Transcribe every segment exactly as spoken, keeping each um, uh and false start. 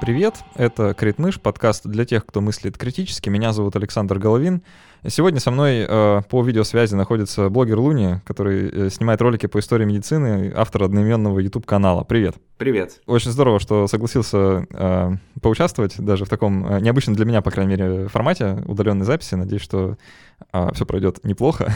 Привет, это Критмыш, подкаст для тех, кто мыслит критически. Меня зовут Александр Головин. Сегодня со мной э, по видеосвязи находится блогер Луни, который э, снимает ролики по истории медицины, автор одноименного YouTube-канала. Привет. Привет. Очень здорово, что согласился э, поучаствовать даже в таком э, необычном для меня, по крайней мере, формате удаленной записи. Надеюсь, что э, все пройдет неплохо.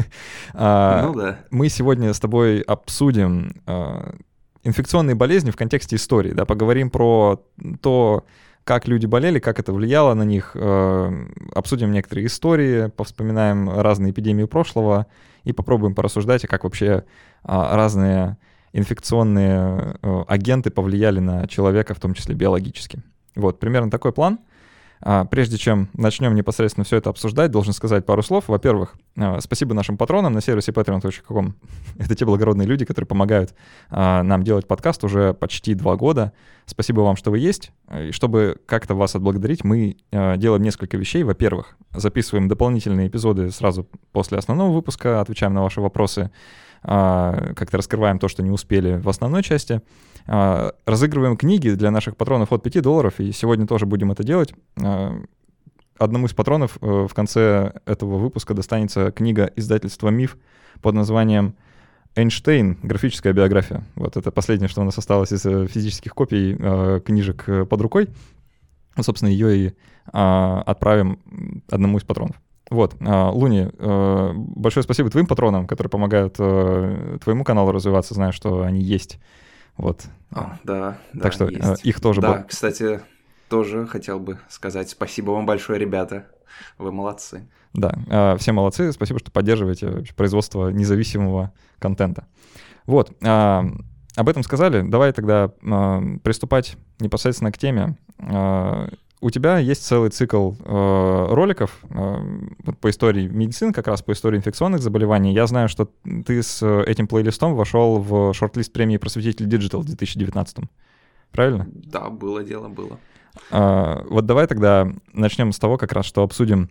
Ну да. Мы сегодня с тобой обсудим инфекционные болезни в контексте истории, да, поговорим про то, как люди болели, как это влияло на них, э, обсудим некоторые истории, повспоминаем разные эпидемии прошлого и попробуем порассуждать, как вообще э, разные инфекционные э, агенты повлияли на человека, в том числе биологически. Вот, примерно такой план. А, прежде чем начнем непосредственно все это обсуждать, должен сказать пару слов. Во-первых, а, спасибо нашим патронам на сервисе патреон точка ком. Это те благородные люди, которые помогают а, нам делать подкаст уже почти два года. Спасибо вам, что вы есть. И чтобы как-то вас отблагодарить, мы а, делаем несколько вещей. Во-первых, записываем дополнительные эпизоды сразу после основного выпуска, отвечаем на ваши вопросы, а, как-то раскрываем то, что не успели в основной части. Разыгрываем книги для наших патронов от пяти долларов, и сегодня тоже будем это делать. Одному из патронов в конце этого выпуска достанется книга издательства «Миф» под названием «Эйнштейн. Графическая биография». Вот это последнее, что у нас осталось из физических копий книжек под рукой. Собственно, ее и отправим одному из патронов. Вот, Луни, большое спасибо твоим патронам, которые помогают твоему каналу развиваться, знаю, что они есть. Вот. О, да, так да, что есть. их тоже... Да, бо... кстати, тоже хотел бы сказать спасибо вам большое, ребята. Вы молодцы. Да, все молодцы. Спасибо, что поддерживаете производство независимого контента. Вот, об этом сказали. Давай тогда приступать непосредственно к теме. У тебя есть целый цикл э, роликов э, по истории медицины, как раз по истории инфекционных заболеваний. Я знаю, что ты с этим плейлистом вошел в шорт-лист премии «Просветитель Digital» в две тысячи девятнадцатом. Правильно? Да, было дело, было. Э, вот давай тогда начнем с того, как раз, что обсудим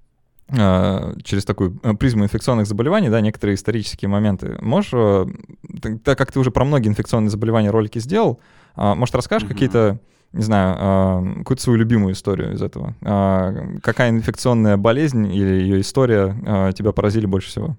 э, через такую призму инфекционных заболеваний, да, некоторые исторические моменты. Можешь, э, так как ты уже про многие инфекционные заболевания ролики сделал, э, может, расскажешь mm-hmm. какие-то... не знаю, какую-то свою любимую историю из этого. Какая инфекционная болезнь или ее история тебя поразили больше всего?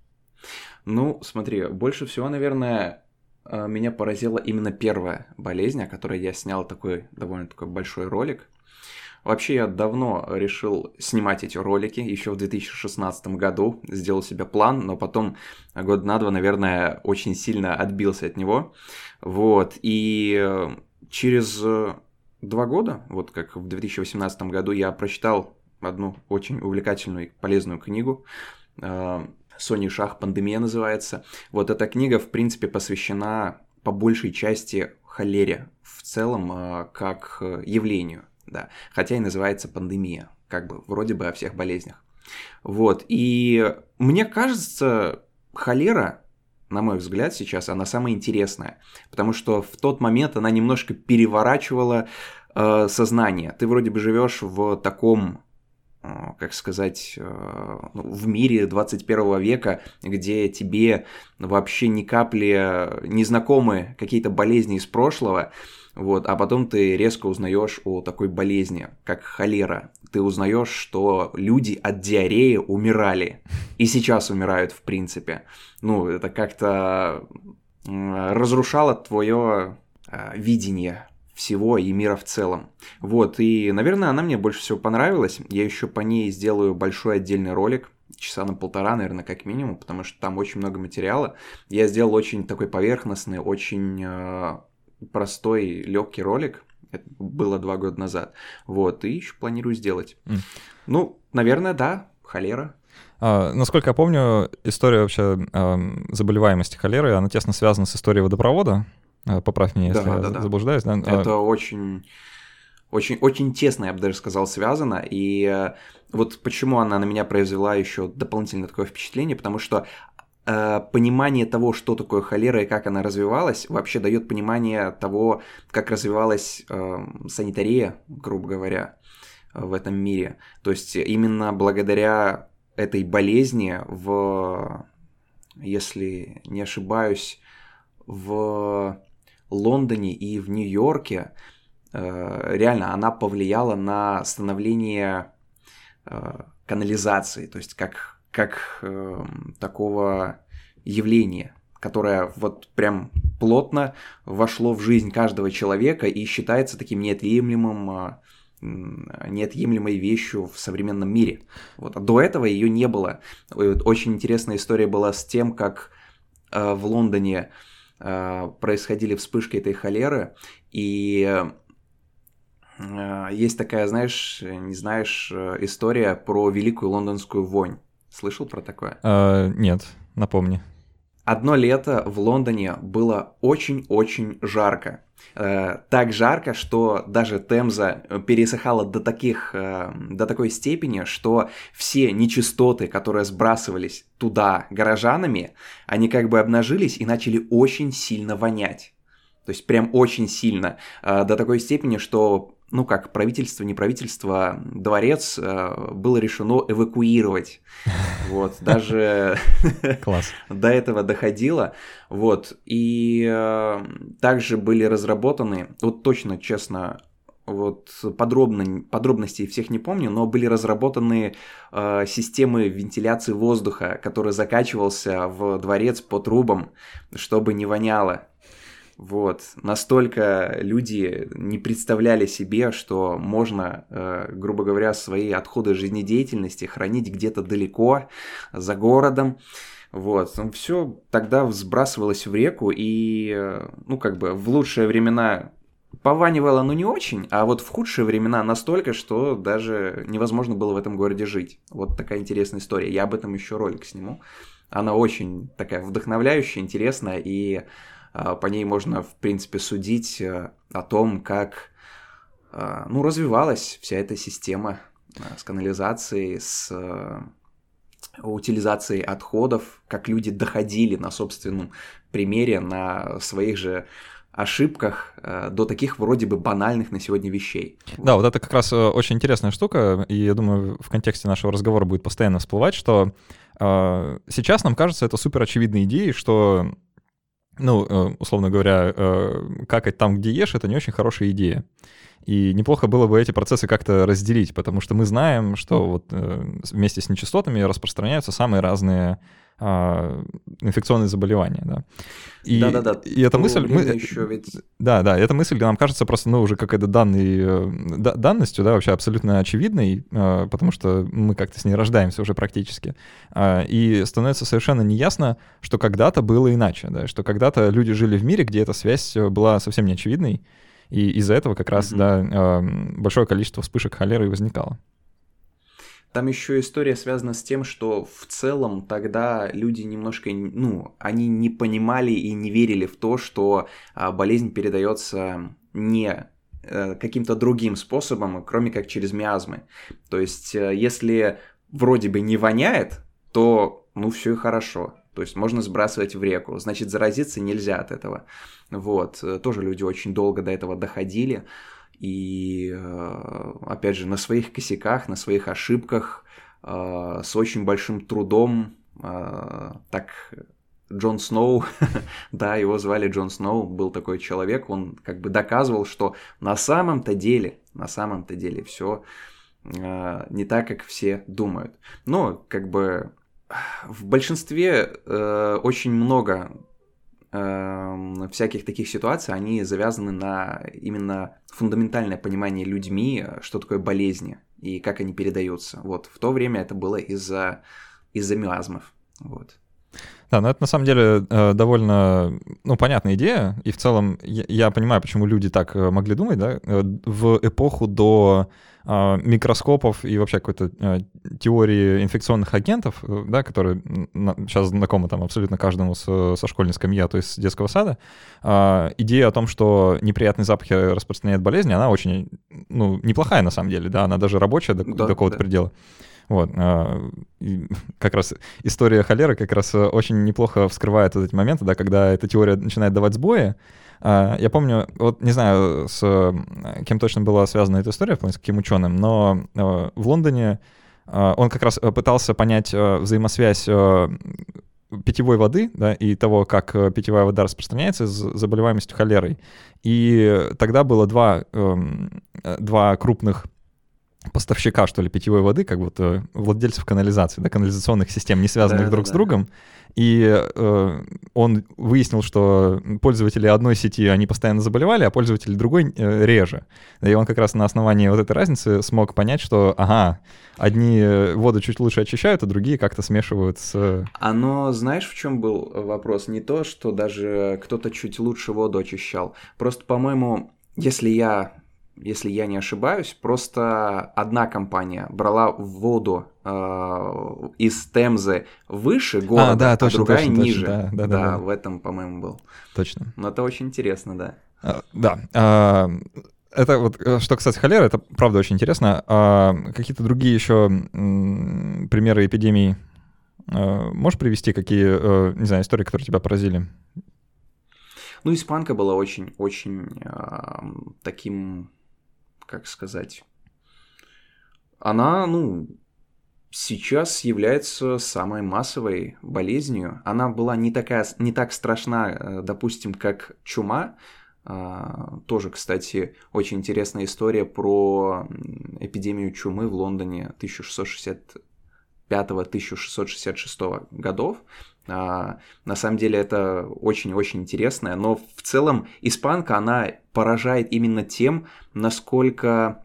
Ну, смотри, больше всего, наверное, меня поразила именно первая болезнь, о которой я снял такой довольно такой большой ролик. Вообще, я давно решил снимать эти ролики, еще в две тысячи шестнадцатом году сделал себе план, но потом год на два, наверное, очень сильно отбился от него. Вот, и... Через два года, вот как в две тысячи восемнадцатом году, я прочитал одну очень увлекательную и полезную книгу. Сони Шах «Пандемия» называется. Вот эта книга, в принципе, посвящена по большей части холере в целом как явлению, да, хотя и называется «Пандемия», как бы вроде бы о всех болезнях. Вот, и мне кажется, холера... на мой взгляд, сейчас она самая интересная, потому что в тот момент она немножко переворачивала э, сознание. Ты вроде бы живешь в таком, э, как сказать, э, в мире двадцать первого века, где тебе вообще ни капли не знакомы какие-то болезни из прошлого, вот, а потом ты резко узнаешь о такой болезни, как холера. Ты узнаешь, что люди от диареи умирали. И сейчас умирают, в принципе. Ну, это как-то разрушало твое видение всего и мира в целом. Вот, и, наверное, она мне больше всего понравилась. Я еще по ней сделаю большой отдельный ролик. Часа на полтора, наверное, как минимум, потому что там очень много материала. Я сделал очень такой поверхностный, очень простой, легкий ролик. Это было два года назад. Вот, и еще планирую сделать. Mm. Ну, наверное, да, холера. А, насколько я помню, история вообще а, заболеваемости холерой, она тесно связана с историей водопровода. А, поправь меня, если да, я да, да. заблуждаюсь. Да? Это а... очень, очень, очень тесно, я бы даже сказал, связано. И вот почему она на меня произвела еще дополнительное такое впечатление, потому что понимание того, что такое холера и как она развивалась, вообще дает понимание того, как развивалась э, санитария, грубо говоря, в этом мире. То есть именно благодаря этой болезни в, если не ошибаюсь, в Лондоне и в Нью-Йорке реально она повлияла на становление канализации, то есть как, как такого явления, которое вот прям плотно вошло в жизнь каждого человека и считается таким неотъемлемым, неотъемлемой вещью в современном мире. Вот. А до этого ее не было. Очень интересная история была с тем, как в Лондоне происходили вспышки этой холеры, и есть такая, знаешь, не знаешь, история про Великую Лондонскую вонь. Слышал про такое? А, нет, напомни. Одно лето в Лондоне было очень-очень жарко. Э, так жарко, что даже Темза пересыхала до, таких, э, до такой степени, что все нечистоты, которые сбрасывались туда горожанами, они как бы обнажились и начали очень сильно вонять. То есть прям очень сильно. Э, до такой степени, что, ну как, правительство, не правительство, дворец э, было решено эвакуировать. Вот, даже до этого доходило. Вот, и э, также были разработаны, вот точно, честно, вот подробно, подробностей всех не помню, но были разработаны э, системы вентиляции воздуха, который закачивался в дворец по трубам, чтобы не воняло. Вот, настолько люди не представляли себе, что можно, э, грубо говоря, свои отходы жизнедеятельности хранить где-то далеко, за городом. Вот, все тогда сбрасывалось в реку, и, э, ну, как бы, в лучшие времена пованивало, но не очень, а вот в худшие времена настолько, что даже невозможно было в этом городе жить. Вот такая интересная история. Я об этом еще ролик сниму. Она очень такая вдохновляющая, интересная, и по ней можно, в принципе, судить о том, как, ну, развивалась вся эта система с канализацией, с утилизацией отходов, как люди доходили на собственном примере, на своих же ошибках до таких вроде бы банальных на сегодня вещей. Да, вот это как раз очень интересная штука, и я думаю, в контексте нашего разговора будет постоянно всплывать, что сейчас нам кажется это супер очевидной идеей, что, ну, условно говоря, какать там, где ешь, это не очень хорошая идея. И неплохо было бы эти процессы как-то разделить, потому что мы знаем, что вот вместе с нечистотами распространяются самые разные инфекционные заболевания, да. И, Да-да-да. И эта мысль... Мы, еще ведь... Да, да, эта мысль нам кажется просто, ну, уже какой-то данной, да, данностью, да, вообще абсолютно очевидной, потому что мы как-то с ней рождаемся уже практически. И становится совершенно неясно, что когда-то было иначе, да, что когда-то люди жили в мире, где эта связь была совсем не очевидной, и из-за этого как раз, mm-hmm. да, большое количество вспышек холеры возникало. Там еще история связана с тем, что в целом тогда люди немножко, ну, они не понимали и не верили в то, что болезнь передается не каким-то другим способом, кроме как через миазмы. То есть, если вроде бы не воняет, то, ну, все и хорошо. То есть можно сбрасывать в реку. Значит, заразиться нельзя от этого. Вот. Тоже люди очень долго до этого доходили. И, опять же, на своих косяках, на своих ошибках, с очень большим трудом, так, Джон Сноу, да, его звали Джон Сноу, был такой человек, он как бы доказывал, что на самом-то деле, на самом-то деле все не так, как все думают. Но, как бы, в большинстве очень много всяких таких ситуаций, они завязаны на именно фундаментальное понимание людьми, что такое болезни и как они передаются. Вот. В то время это было из-за, из-за миазмов. Вот. Да, но это на самом деле довольно, ну, понятная идея, и в целом я, я понимаю, почему люди так могли думать, да, в эпоху до микроскопов и вообще какой-то теории инфекционных агентов, да, которые сейчас знакомы там абсолютно каждому с, со школьной скамьи, а то есть с детского сада, идея о том, что неприятные запахи распространяют болезни, она очень, ну, неплохая на самом деле, да, она даже рабочая до, да, до какого-то да. предела. Вот, и как раз история холеры как раз очень неплохо вскрывает вот эти моменты, да, когда эта теория начинает давать сбои. Я помню, вот не знаю, с кем точно была связана эта история, с каким ученым, но в Лондоне он как раз пытался понять взаимосвязь питьевой воды, да, и того, как питьевая вода распространяется с заболеваемостью холерой. И тогда было два, эм, два крупных поставщика, что ли, питьевой воды, как вот э, владельцев канализации, да, канализационных систем, не связанных да, друг да, с другом. Да. И э, он выяснил, что пользователи одной сети, они постоянно заболевали, а пользователи другой э, реже. И он как раз на основании вот этой разницы смог понять, что, ага, одни воду чуть лучше очищают, а другие как-то смешивают с... Оно, знаешь, в чем был вопрос? Не то, что даже кто-то чуть лучше воду очищал. Просто, по-моему, если я... Если я не ошибаюсь, просто одна компания брала воду э, из Темзы выше города, а, да, точно, а другая точно, ниже. Точно, да, да, да, да, да, в этом, по-моему, был. Точно. Но это очень интересно, да. А, да. А, это вот, что касается холеры, это правда очень интересно. А какие-то другие еще м, примеры эпидемий а, можешь привести, какие, а, не знаю, истории, которые тебя поразили? Ну, испанка была очень-очень а, таким... как сказать, она, ну, сейчас является самой массовой болезнью. Она была не такая, не так страшна, допустим, как чума. Тоже, кстати, очень интересная история про эпидемию чумы в Лондоне тысяча шестьсот шестьдесят пятого — тысяча шестьсот шестьдесят шестого годов. На самом деле это очень-очень интересно, но в целом испанка, она поражает именно тем, насколько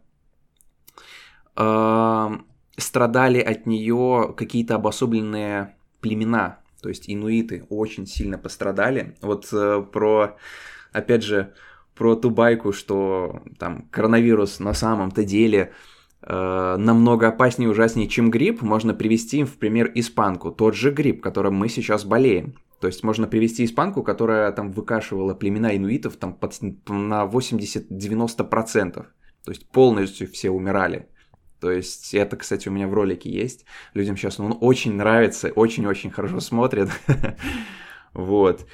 э, страдали от нее какие-то обособленные племена, то есть инуиты очень сильно пострадали. Вот э, про, опять же, про ту байку, что там коронавирус на самом-то деле... намного опаснее и ужаснее, чем грипп, можно привести в пример испанку. Тот же грипп, которым мы сейчас болеем. То есть можно привести испанку, которая там выкашивала племена инуитов там, под, на восемьдесят-девяносто процентов. То есть полностью все умирали. То есть это, кстати, у меня в ролике есть. Людям сейчас он очень нравится, очень-очень хорошо смотрят. Вот.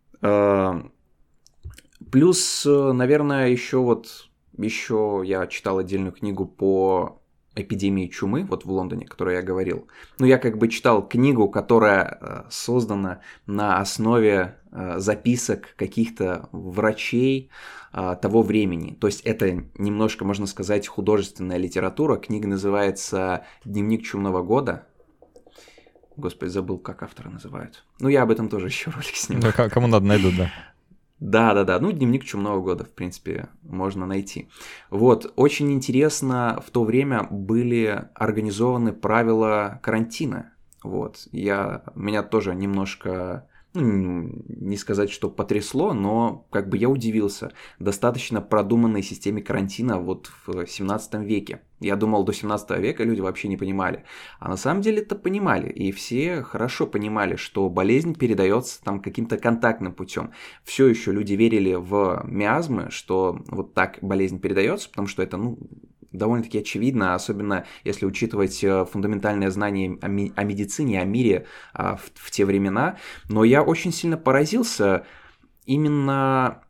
Плюс, наверное, еще вот... Еще я читал отдельную книгу по эпидемии чумы, вот в Лондоне, о которой я говорил. Но я как бы читал книгу, которая создана на основе записок каких-то врачей того времени. То есть это немножко, можно сказать, художественная литература. Книга называется «Дневник чумного года». Господи, забыл, как автора называют. Ну, я об этом тоже еще ролик сниму. Да, кому надо, найдут, да. Да-да-да, ну, дневник чумного года, в принципе, можно найти. Вот, очень интересно, в то время были организованы правила карантина. Вот, я, меня тоже немножко, ну, не сказать, что потрясло, но как бы я удивился достаточно продуманной системе карантина вот в семнадцатом веке. Я думал, до семнадцатого века люди вообще не понимали. А на самом деле это понимали. И все хорошо понимали, что болезнь передается там каким-то контактным путем. Все еще люди верили в миазмы, что вот так болезнь передается, потому что это, ну, довольно-таки очевидно, особенно если учитывать фундаментальное знание о, ми- о медицине, о мире а, в, в те времена. Но я очень сильно поразился именно...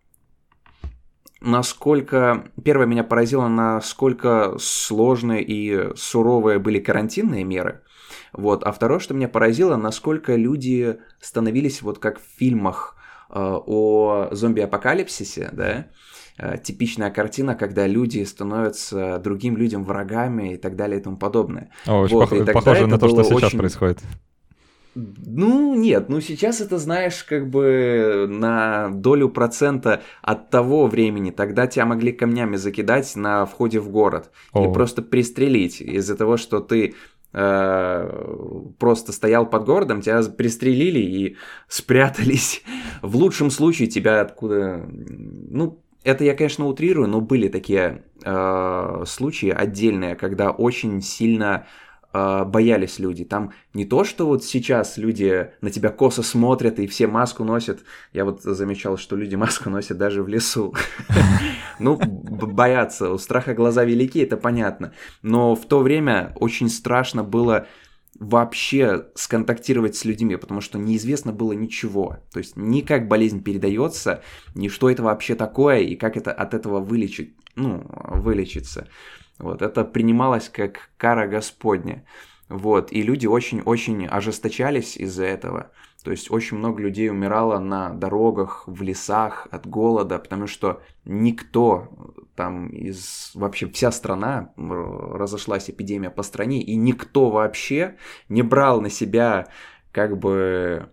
насколько... Первое, меня поразило, насколько сложные и суровые были карантинные меры. Вот. А второе, что меня поразило, насколько люди становились, вот как в фильмах э, о зомби-апокалипсисе, да, э, типичная картина, когда люди становятся другим людям врагами и так далее и тому подобное. О, очень вот. пох- похоже на то, что сейчас очень... происходит. Ну, нет, ну сейчас это, знаешь, как бы на долю процента от того времени. Тогда тебя могли камнями закидать на входе в город. О. Или просто пристрелить из-за того, что ты э, просто стоял под городом, тебя пристрелили и спрятались. В лучшем случае тебя откуда... Ну, это я, конечно, утрирую, но были такие э, случаи отдельные, когда очень сильно... боялись люди. Там не то, что вот сейчас люди на тебя косо смотрят и все маску носят. Я вот замечал, что люди маску носят даже в лесу. Ну, боятся. У страха глаза велики, это понятно. Но в то время очень страшно было вообще сконтактировать с людьми, потому что неизвестно было ничего. То есть ни как болезнь передается, ни что это вообще такое, и как это от этого вылечить, ну, вылечиться. Вот, это принималось как кара Господня. Вот, и люди очень-очень ожесточались из-за этого. То есть очень много людей умирало на дорогах, в лесах от голода, потому что никто там из... Вообще вся страна, разошлась эпидемия по стране, и никто вообще не брал на себя как бы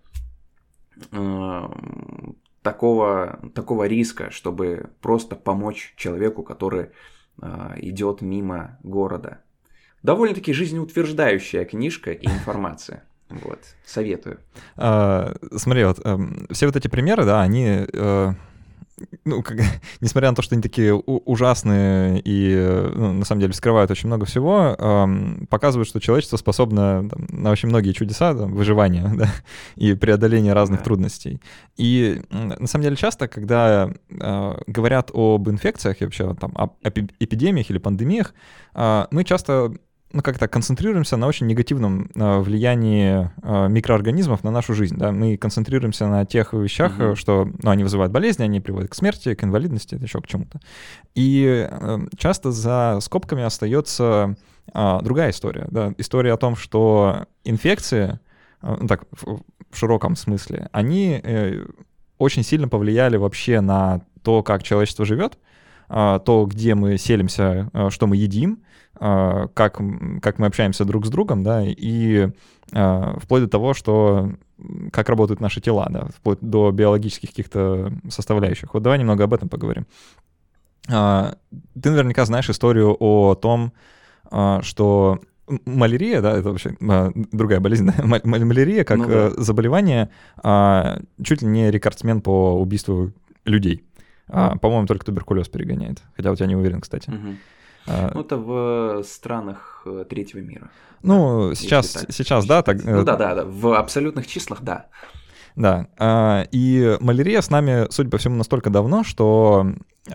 э, такого, такого риска, чтобы просто помочь человеку, который э, идет мимо города. Довольно-таки жизнеутверждающая книжка и информация. Вот, советую. А, смотри, вот э, все вот эти примеры, да, они, э, ну, как, несмотря на то, что они такие у- ужасные и, ну, на самом деле, скрывают очень много всего, э, показывают, что человечество способно там, на очень многие чудеса, там, выживания, да, и преодоления разных да. трудностей. И, на самом деле, часто, когда э, говорят об инфекциях и вообще там, об эпидемиях или пандемиях, э, мы часто... ну, как-то концентрируемся на очень негативном э, влиянии э, микроорганизмов на нашу жизнь, да, мы концентрируемся на тех вещах, mm-hmm. что, ну, они вызывают болезни, они приводят к смерти, к инвалидности, еще к чему-то. И э, часто за скобками остается э, другая история, да, история о том, что инфекции, э, ну, так, в, в широком смысле, они э, очень сильно повлияли вообще на то, как человечество живет, э, то, где мы селимся, э, что мы едим, Как, как мы общаемся друг с другом, да, и э, вплоть до того, что как работают наши тела, да, вплоть до биологических каких-то составляющих. Вот давай немного об этом поговорим. Э, ты наверняка знаешь историю о том, э, что малярия, да, это вообще э, другая болезнь, да? Малярия как ну, да. э, заболевание э, чуть ли не рекордсмен по убийству людей. Э, по-моему, только туберкулез перегоняет, хотя вот я не уверен, кстати. Угу. Ну, это в странах третьего мира. Ну, да, сейчас, сейчас, да. Так, ну, да, да, да, в абсолютных числах, да. Да, и малярия с нами, судя по всему, настолько давно, что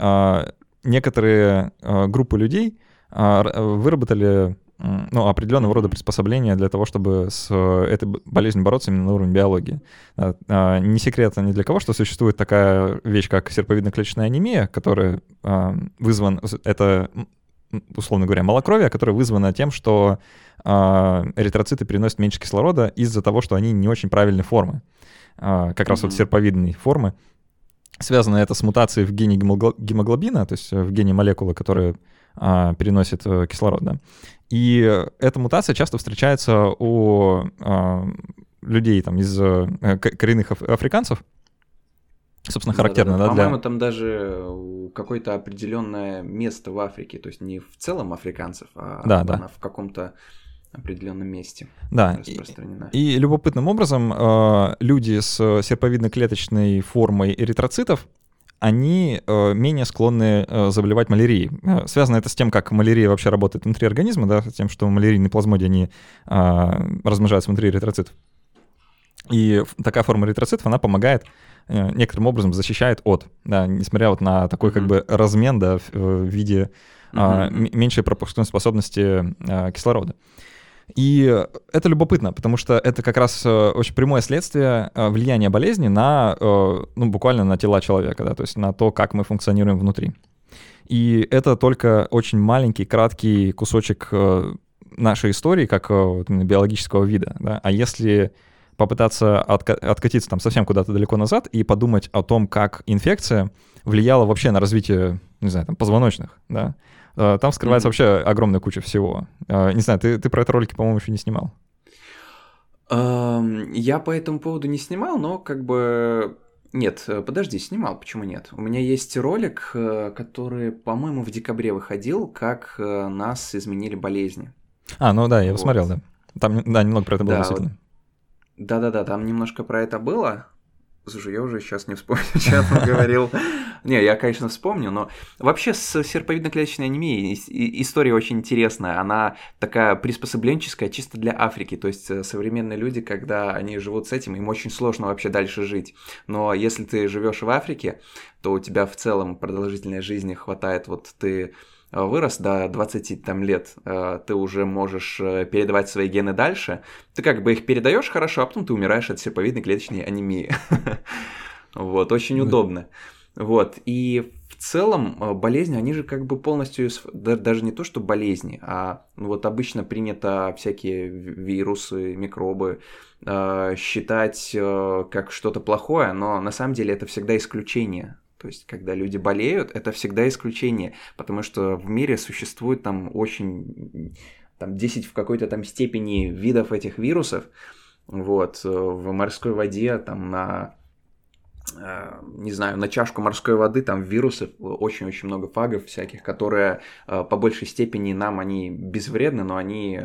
некоторые группы людей выработали, ну, определенного рода приспособления для того, чтобы с этой болезнью бороться именно на уровне биологии. Не секрет ни для кого, что существует такая вещь, как серповидно-клеточная анемия, которая вызвана... Это... условно говоря, малокровие, которое вызвано тем, что э, эритроциты переносят меньше кислорода из-за того, что они не очень правильной формы, э, как mm-hmm. раз вот серповидной формы. Связано это с мутацией в гене гемоглобина, то есть в гене молекулы, которая э, переносит э, кислород. Да. И эта мутация часто встречается у э, людей там, из э, коренных аф- африканцев, собственно, характерно, да, да, да. да По-моему, для... там даже какое-то определенное место в Африке, то есть не в целом африканцев, а да, она да. в каком-то определенном месте да. распространена. И, и любопытным образом э, люди с серповидно-клеточной формой эритроцитов, они э, менее склонны э, заболевать малярией. Э, связано это с тем, как малярия вообще работает внутри организма, да, с тем, что малярийные плазмодии, они э, размножаются внутри эритроцитов. И такая форма эритроцитов, она помогает, э, некоторым образом защищает от, да, несмотря вот на такой mm-hmm. как бы размен, да, в, в виде э, mm-hmm. м- меньшей пропускной способности э, кислорода. И это любопытно, потому что это как раз э, очень прямое следствие э, влияния болезни на, э, ну, буквально на тела человека, да, то есть на то, как мы функционируем внутри. И это только очень маленький, краткий кусочек э, нашей истории, как э, вот, биологического вида, да. А если попытаться отка- откатиться там совсем куда-то далеко назад и подумать о том, как инфекция влияла вообще на развитие, не знаю, там, позвоночных, да, там скрывается mm-hmm. вообще огромная куча всего. Не знаю, ты, ты про это ролики, по-моему, еще не снимал. Um, я по этому поводу не снимал, но как бы... Нет, подожди, снимал, почему нет? У меня есть ролик, который, по-моему, в декабре выходил, как нас изменили болезни. А, ну да, я его вот. смотрел, да. Там, да, немного про это было, да, действительно. Вот. Да-да-да, там немножко про это было. Слушай, я уже сейчас не вспомню, что я там говорил. Не, я, конечно, вспомню, но вообще с серповидно-клеточной анемией история очень интересная. Она такая приспособленческая чисто для Африки. То есть современные люди, когда они живут с этим, им очень сложно вообще дальше жить. Но если ты живешь в Африке, то у тебя в целом продолжительной жизни хватает. Вот ты вырос до двадцати там, лет, ты уже можешь передавать свои гены дальше. Ты как бы их передаешь хорошо, а потом ты умираешь от серповидной клеточной анемии. Вот, очень удобно. Вот, и в целом болезни, они же как бы полностью, даже не то, что болезни, а ну, вот обычно принято всякие вирусы, микробы э, считать э, как что-то плохое, но на самом деле это всегда исключение. То есть, когда люди болеют, это всегда исключение, потому что в мире существует там очень, там десять в какой-то там степени видов этих вирусов, вот, в морской воде, там на... не знаю, на чашку морской воды, там вирусов, очень-очень много фагов всяких, которые по большей степени нам, они безвредны, но они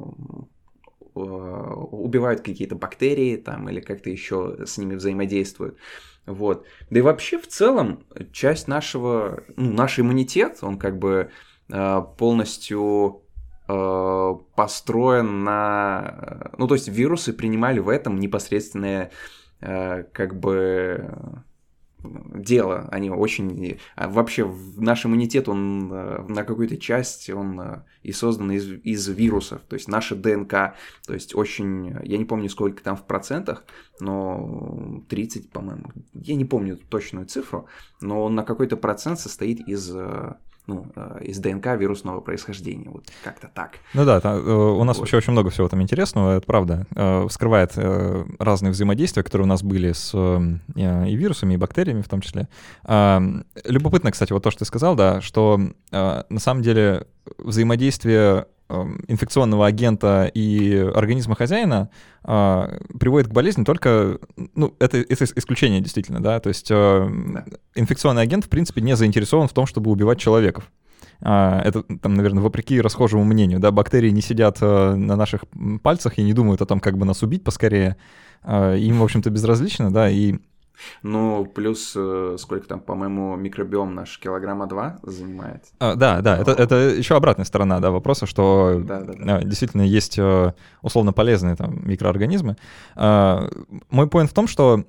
убивают какие-то бактерии там или как-то еще с ними взаимодействуют. Вот. Да и вообще в целом часть нашего, ну, наш иммунитет, он как бы полностью построен на... Ну, то есть вирусы принимали в этом непосредственное как бы дело. Они очень... Вообще наш иммунитет, он на какую-то часть, он и создан из, из вирусов. То есть наша ДНК, то есть очень... Я не помню, сколько там в процентах, но тридцать, по-моему. Я не помню точную цифру, но он на какой-то процент состоит из... ну, из ДНК вирусного происхождения, вот как-то так. Ну да, там, у нас вот. Вообще очень много всего там интересного, это правда, вскрывает разные взаимодействия, которые у нас были с и вирусами, и бактериями в том числе. Любопытно, кстати, вот то, что ты сказал, да, что на самом деле взаимодействие инфекционного агента и организма хозяина а, приводит к болезни только, ну, это, это исключение действительно, да, то есть а, да. Инфекционный агент, в принципе, не заинтересован в том, чтобы убивать человеков. А, это, там, наверное, вопреки расхожему мнению, да, бактерии не сидят а, на наших пальцах и не думают о том, как бы нас убить поскорее, а, им, в общем-то, безразлично, да, и ну, плюс, сколько там, по-моему, микробиом наш килограмма два занимает. А, да, да, это, это еще обратная сторона, да, вопроса, что да, да, да. действительно есть условно полезные там микроорганизмы. Мой поинт в том, что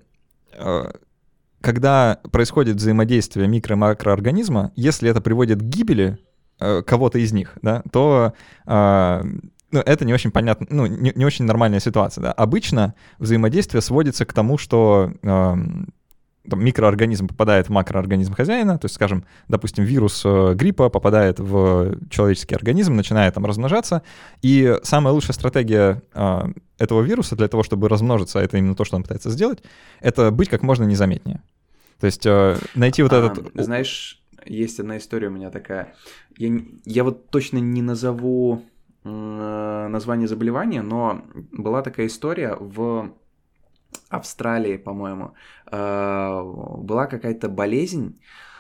когда происходит взаимодействие микро- и макроорганизма, если это приводит к гибели кого-то из них, да, то... Ну, это не очень понятно, ну, не, не очень нормальная ситуация, да. Обычно взаимодействие сводится к тому, что э, там, микроорганизм попадает в макроорганизм хозяина, то есть, скажем, допустим, вирус э, гриппа попадает в человеческий организм, начинает там размножаться, и самая лучшая стратегия э, этого вируса для того, чтобы размножиться, это именно то, что он пытается сделать, это быть как можно незаметнее. То есть э, найти вот а, этот... Знаешь, есть одна история у меня такая, я, я вот точно не назову... название заболевания, но была такая история в Австралии, по-моему, была какая-то болезнь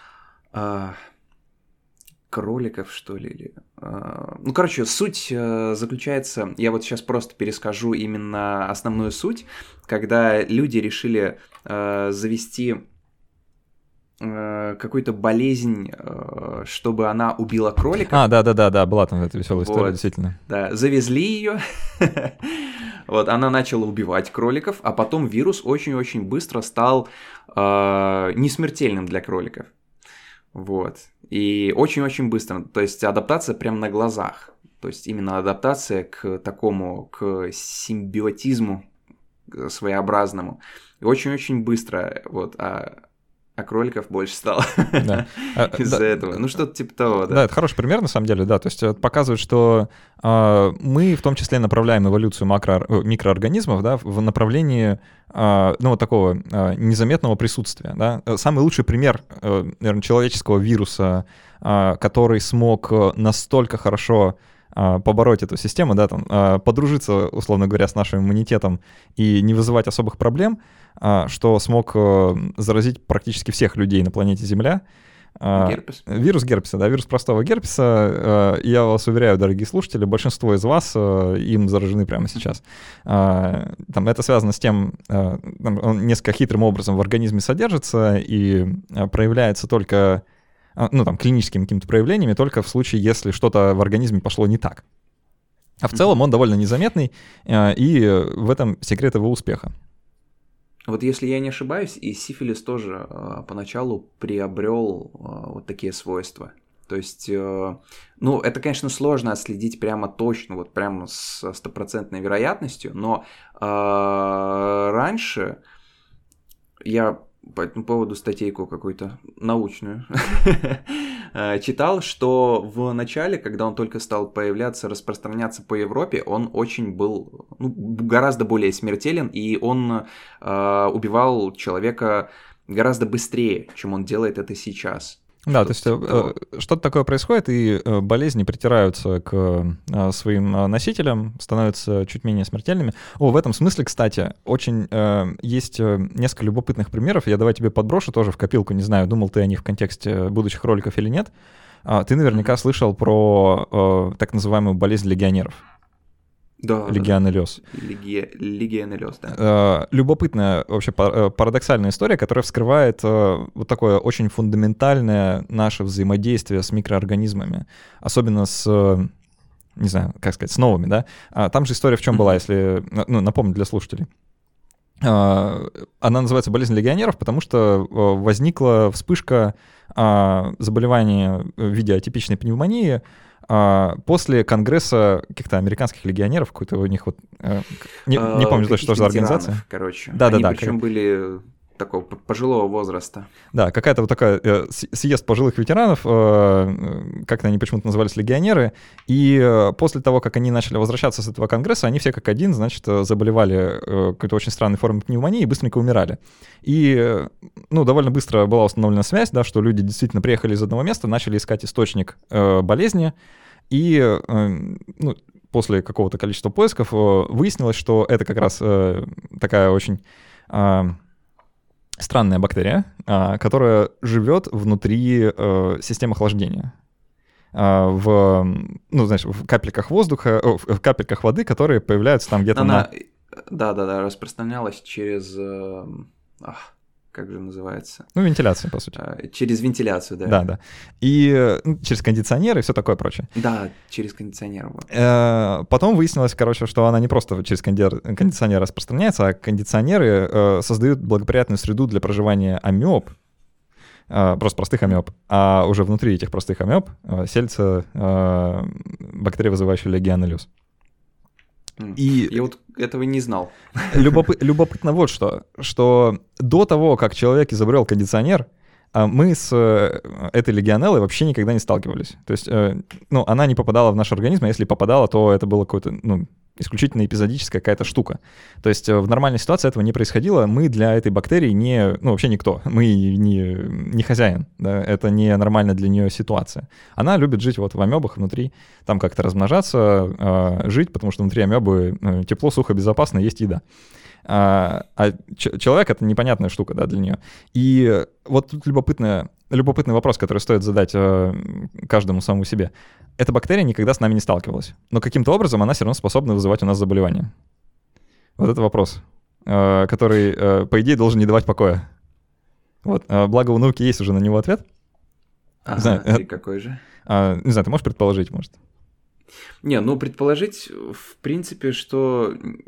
кроликов, что ли, или... Ну, короче, суть заключается, я вот сейчас просто перескажу именно основную суть, когда люди решили завести какую-то болезнь, чтобы она убила кролика. А, да-да-да, да, была там эта веселая история, вот, действительно. Да, завезли ее, вот, она начала убивать кроликов, а потом вирус очень-очень быстро стал э, несмертельным для кроликов. Вот, и очень-очень быстро, то есть адаптация прямо на глазах, то есть именно адаптация к такому, к симбиотизму своеобразному, и очень-очень быстро, вот, а... А кроликов больше стало да. из-за да, этого. Ну, что-то типа того, да. Да, это хороший пример, на самом деле, да. То есть это показывает, что э, мы в том числе направляем эволюцию макро, микроорганизмов, да, в направлении, э, ну, вот такого э, незаметного присутствия, да. Самый лучший пример, э, наверное, человеческого вируса, э, который смог настолько хорошо побороть эту систему, да, там, подружиться, условно говоря, с нашим иммунитетом и не вызывать особых проблем, что смог заразить практически всех людей на планете Земля. Герпес? Вирус герпеса, да, вирус простого герпеса. Я вас уверяю, дорогие слушатели, большинство из вас им заражены прямо сейчас. Там, это связано с тем, там, он несколько хитрым образом в организме содержится и проявляется только... ну, там, клиническими какими-то проявлениями, только в случае, если что-то в организме пошло не так. А в целом он довольно незаметный, и в этом секрет его успеха. Вот если я не ошибаюсь, и сифилис тоже э, поначалу приобрел э, вот такие свойства. То есть, э, ну, это, конечно, сложно отследить прямо точно, вот прямо с стопроцентной вероятностью, но э, раньше я... по этому поводу статейку какую-то научную читал, что в начале, когда он только стал появляться, распространяться по Европе, он очень был, ну, гораздо более смертелен, и он э, убивал человека гораздо быстрее, чем он делает это сейчас. Да, то есть э, что-то такое происходит, и э, болезни притираются к э, своим носителям, становятся чуть менее смертельными. О, в этом смысле, кстати, очень э, есть несколько любопытных примеров. Я давай тебе подброшу тоже в копилку, не знаю, думал ты о них в контексте будущих роликов или нет. А, ты наверняка mm-hmm. слышал про э, так называемую болезнь легионеров. Да, легионеллез. Леги... Легионеллез, да. Э, любопытная, вообще парадоксальная история, которая вскрывает э, вот такое очень фундаментальное наше взаимодействие с микроорганизмами, особенно с, э, не знаю, как сказать, с новыми, да. А, там же история в чем mm-hmm. была, если, ну, напомню для слушателей. Э, она называется болезнь легионеров, потому что э, возникла вспышка э, заболевания в виде атипичной пневмонии после конгресса каких-то американских легионеров, какой-то у них вот... Не, не помню точно, что за организация. Короче. Да, Они да, да. причем были такого пожилого возраста. Да, какая-то вот такая э, съезд пожилых ветеранов, э, как-то они почему-то назывались легионеры, и э, после того, как они начали возвращаться с этого конгресса, они все как один, значит, заболевали э, какой-то очень странной формой пневмонии и быстренько умирали. И, э, ну, довольно быстро была установлена связь, да, что люди действительно приехали из одного места, начали искать источник э, болезни, и, э, ну, после какого-то количества поисков э, выяснилось, что это как раз э, такая очень... Э, странная бактерия, которая живет внутри э, системы охлаждения. Э, в, ну, знаешь, в капельках воздуха, о, в капельках воды, которые появляются там где-то Она, на... Да-да-да, распространялась через... Э, ах, как же называется? Ну, вентиляция, по сути. Э, через вентиляцию, да. Да-да. И ну, через кондиционеры и все такое прочее. Да, через кондиционер. Э, потом выяснилось, короче, что она не просто через конди- кондиционер распространяется, а кондиционеры э, создают благоприятную среду для проживания амеб, э, просто простых амеб, а уже внутри этих простых амеб э, селится э, бактерия, вызывающая легионеллез. И я вот этого не знал. Любопы- любопытно вот что, что до того, как человек изобрел кондиционер, мы с этой легионеллой вообще никогда не сталкивались. То есть, ну, она не попадала в наш организм, а если попадала, то это было какое-то, ну, исключительно эпизодическая какая-то штука. То есть в нормальной ситуации этого не происходило. Мы для этой бактерии не, ну, вообще никто. Мы не, не хозяин. Да? Это не нормальная для нее ситуация. Она любит жить вот в амебах внутри, там как-то размножаться, э, жить, потому что внутри амебы э, тепло, сухо, безопасно, есть еда. А, а ч- человек — это непонятная штука, да, для нее. И вот тут любопытный, любопытный вопрос, который стоит задать э, каждому самому себе. Эта бактерия никогда с нами не сталкивалась, но каким-то образом она все равно способна вызывать у нас заболевания. Вот это вопрос, э, который, э, по идее, должен не давать покоя. Вот, э, благо у науки есть уже на него ответ. Ага, не знаю, и э, какой же? Э, не знаю, ты можешь предположить, может? Не, ну предположить, в принципе, что...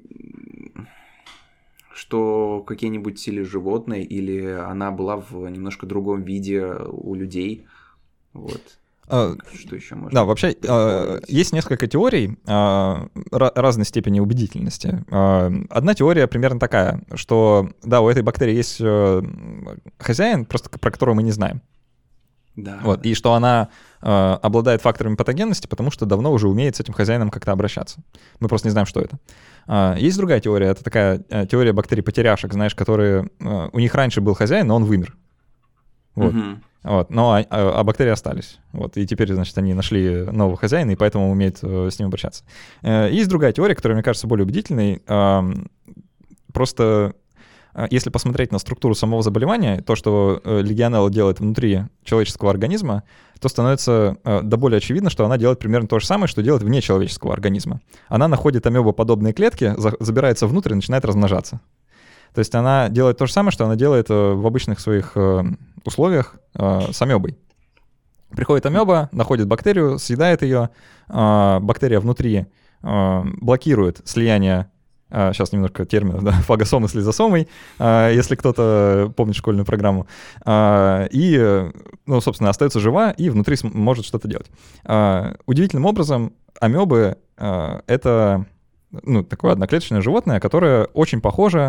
что какие-нибудь или животные, или она была в немножко другом виде у людей. Вот. А, что еще можно? Да, вообще а, есть несколько теорий а, разной степени убедительности. А, одна теория примерно такая, что да, у этой бактерии есть хозяин, просто про которого мы не знаем. Да. Вот, и что она э, обладает факторами патогенности, потому что давно уже умеет с этим хозяином как-то обращаться. Мы просто не знаем, что это. А, есть другая теория, это такая э, теория бактерий-потеряшек, знаешь, которые... Э, у них раньше был хозяин, но он вымер. Вот. Mm-hmm. Вот, но а, а бактерии остались. Вот, и теперь, значит, они нашли нового хозяина, и поэтому умеют э, с ним обращаться. Э, есть другая теория, которая, мне кажется, более убедительной. Э, просто... Если посмотреть на структуру самого заболевания, то, что легионелла делает внутри человеческого организма, то становится до более очевидно, что она делает примерно то же самое, что делает вне человеческого организма. Она находит амебоподобные клетки, забирается внутрь и начинает размножаться. То есть она делает то же самое, что она делает в обычных своих условиях с амебой. Приходит амеба, находит бактерию, съедает ее, бактерия внутри блокирует слияние. Сейчас немножко термин, да, фагосомы с лизосомой, если кто-то помнит школьную программу. И, ну, собственно, остается жива и внутри может что-то делать. Удивительным образом амебы — это, ну, такое одноклеточное животное, которое очень похоже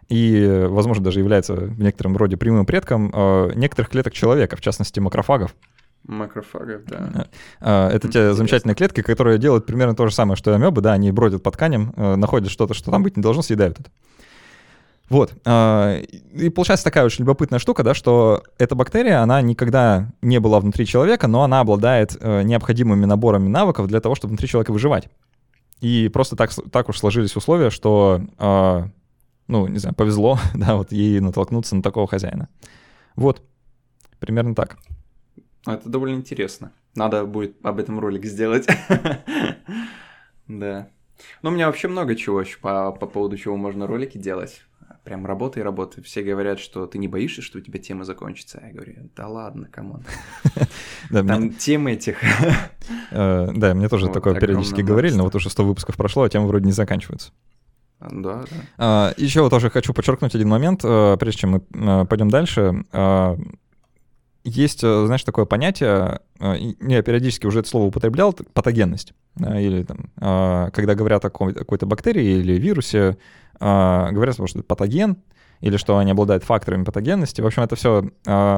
и, возможно, даже является в некотором роде прямым предком э, некоторых клеток человека, в частности, макрофагов. Макрофагов, да. Это те Интересно. замечательные клетки, которые делают примерно то же самое, что и амебы, да, они бродят по тканям, находят что-то, что там быть не должно, съедают это. Вот. И получается такая очень любопытная штука, да, что эта бактерия, она никогда не была внутри человека, но она обладает необходимыми наборами навыков для того, чтобы внутри человека выживать. И просто так, так уж сложились условия, что, ну, не знаю, повезло, да, вот ей натолкнуться на такого хозяина. Вот. Примерно так. Это довольно интересно. Надо будет об этом ролик сделать. Да. Ну, у меня вообще много чего еще по, по поводу чего можно ролики делать. Прям работа и работа. Все говорят, что ты не боишься, что у тебя тема закончится. Я говорю, да ладно, камон. Там темы этих... Да, мне тоже такое периодически говорили, но вот уже сто выпусков прошло, а темы вроде не заканчиваются. Да, да. Еще вот тоже хочу подчеркнуть один момент, прежде чем мы пойдем дальше. Есть, знаешь, такое понятие, я периодически уже это слово употреблял, патогенность. Или там, когда говорят о какой-то бактерии или вирусе, говорят, что это патоген, или что они обладают факторами патогенности. В общем, это все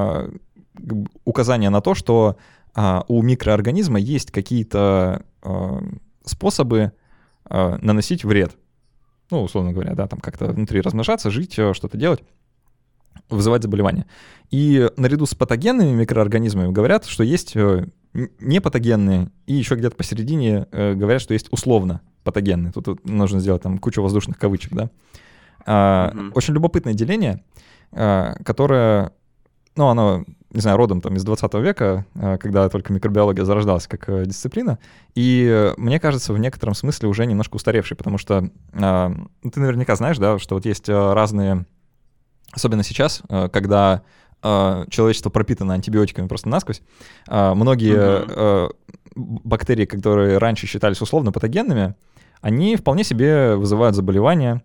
указание на то, что у микроорганизма есть какие-то способы наносить вред. Ну, условно говоря, да, там как-то внутри размножаться, жить, что-то делать, вызывать заболевания. И наряду с патогенными микроорганизмами говорят, что есть непатогенные, и еще где-то посередине говорят, что есть условно патогенные. Тут нужно сделать там кучу воздушных кавычек, да. Mm-hmm. Очень любопытное деление, которое, ну, оно, не знаю, родом там из двадцатого века, когда только микробиология зарождалась как дисциплина, и мне кажется, в некотором смысле уже немножко устаревший, потому что ты наверняка знаешь, да, что вот есть разные... Особенно сейчас, когда человечество пропитано антибиотиками просто насквозь, многие uh-huh. бактерии, которые раньше считались условно патогенными, они вполне себе вызывают заболевания.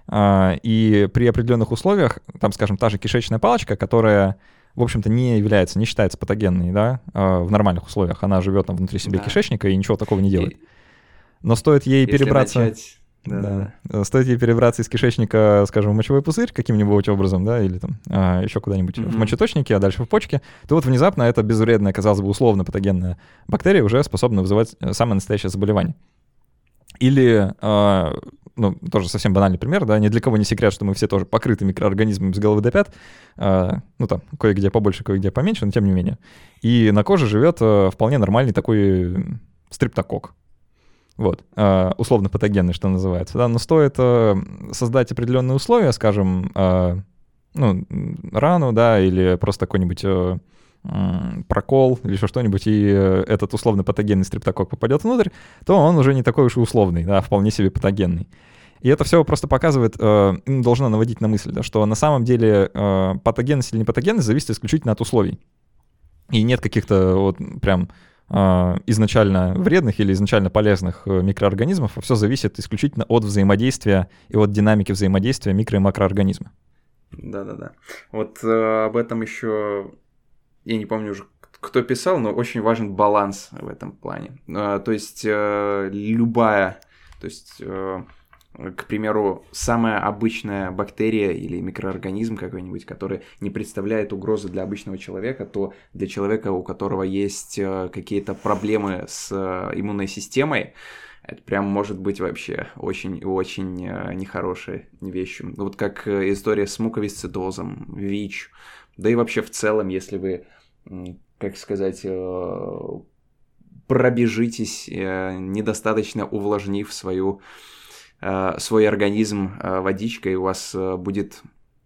И при определенных условиях, там, скажем, та же кишечная палочка, которая, в общем-то, не является, не считается патогенной, да, в нормальных условиях, она живет там внутри себя да. кишечника и ничего такого не делает. И... Но стоит ей Если перебраться... Начать... Да, да. Да. Стоит ей перебраться из кишечника, скажем, в мочевой пузырь каким-нибудь образом, да, или там а, еще куда-нибудь mm-hmm. в мочеточнике, а дальше в почке, то вот внезапно эта безвредная, казалось бы, условно патогенная бактерия уже способна вызывать самое настоящее заболевание. Или, а, ну, тоже совсем банальный пример, да, ни для кого не секрет, что мы все тоже покрыты микроорганизмами с головы до пят, а, ну там, кое-где побольше, кое-где поменьше, но тем не менее. И на коже живет а, вполне нормальный такой стрептококк. Вот, э, условно патогенный, что называется, да, но стоит э, создать определенные условия, скажем, э, ну, рану, да, или просто какой-нибудь э, э, прокол или еще что-нибудь, и э, этот условно патогенный стрептококк попадет внутрь, то он уже не такой уж и условный, да, вполне себе патогенный. И это все просто показывает, э, должно наводить на мысль, да, что на самом деле э, патогенность или непатогенность зависит исключительно от условий. И нет каких-то вот прям... изначально вредных или изначально полезных микроорганизмов, а все зависит исключительно от взаимодействия и от динамики взаимодействия микро- и макроорганизма. Да-да-да. Вот э, об этом еще, я не помню уже, кто писал, но очень важен баланс в этом плане. Э, то есть э, любая, то есть... Э, к примеру, самая обычная бактерия или микроорганизм какой-нибудь, который не представляет угрозы для обычного человека, то для человека, у которого есть какие-то проблемы с иммунной системой, это прям может быть вообще очень-очень нехорошей вещью. Вот как история с муковисцидозом, ВИЧ, да и вообще в целом, если вы, как сказать, пробежитесь, недостаточно увлажнив свою свой организм водичкой, у вас будет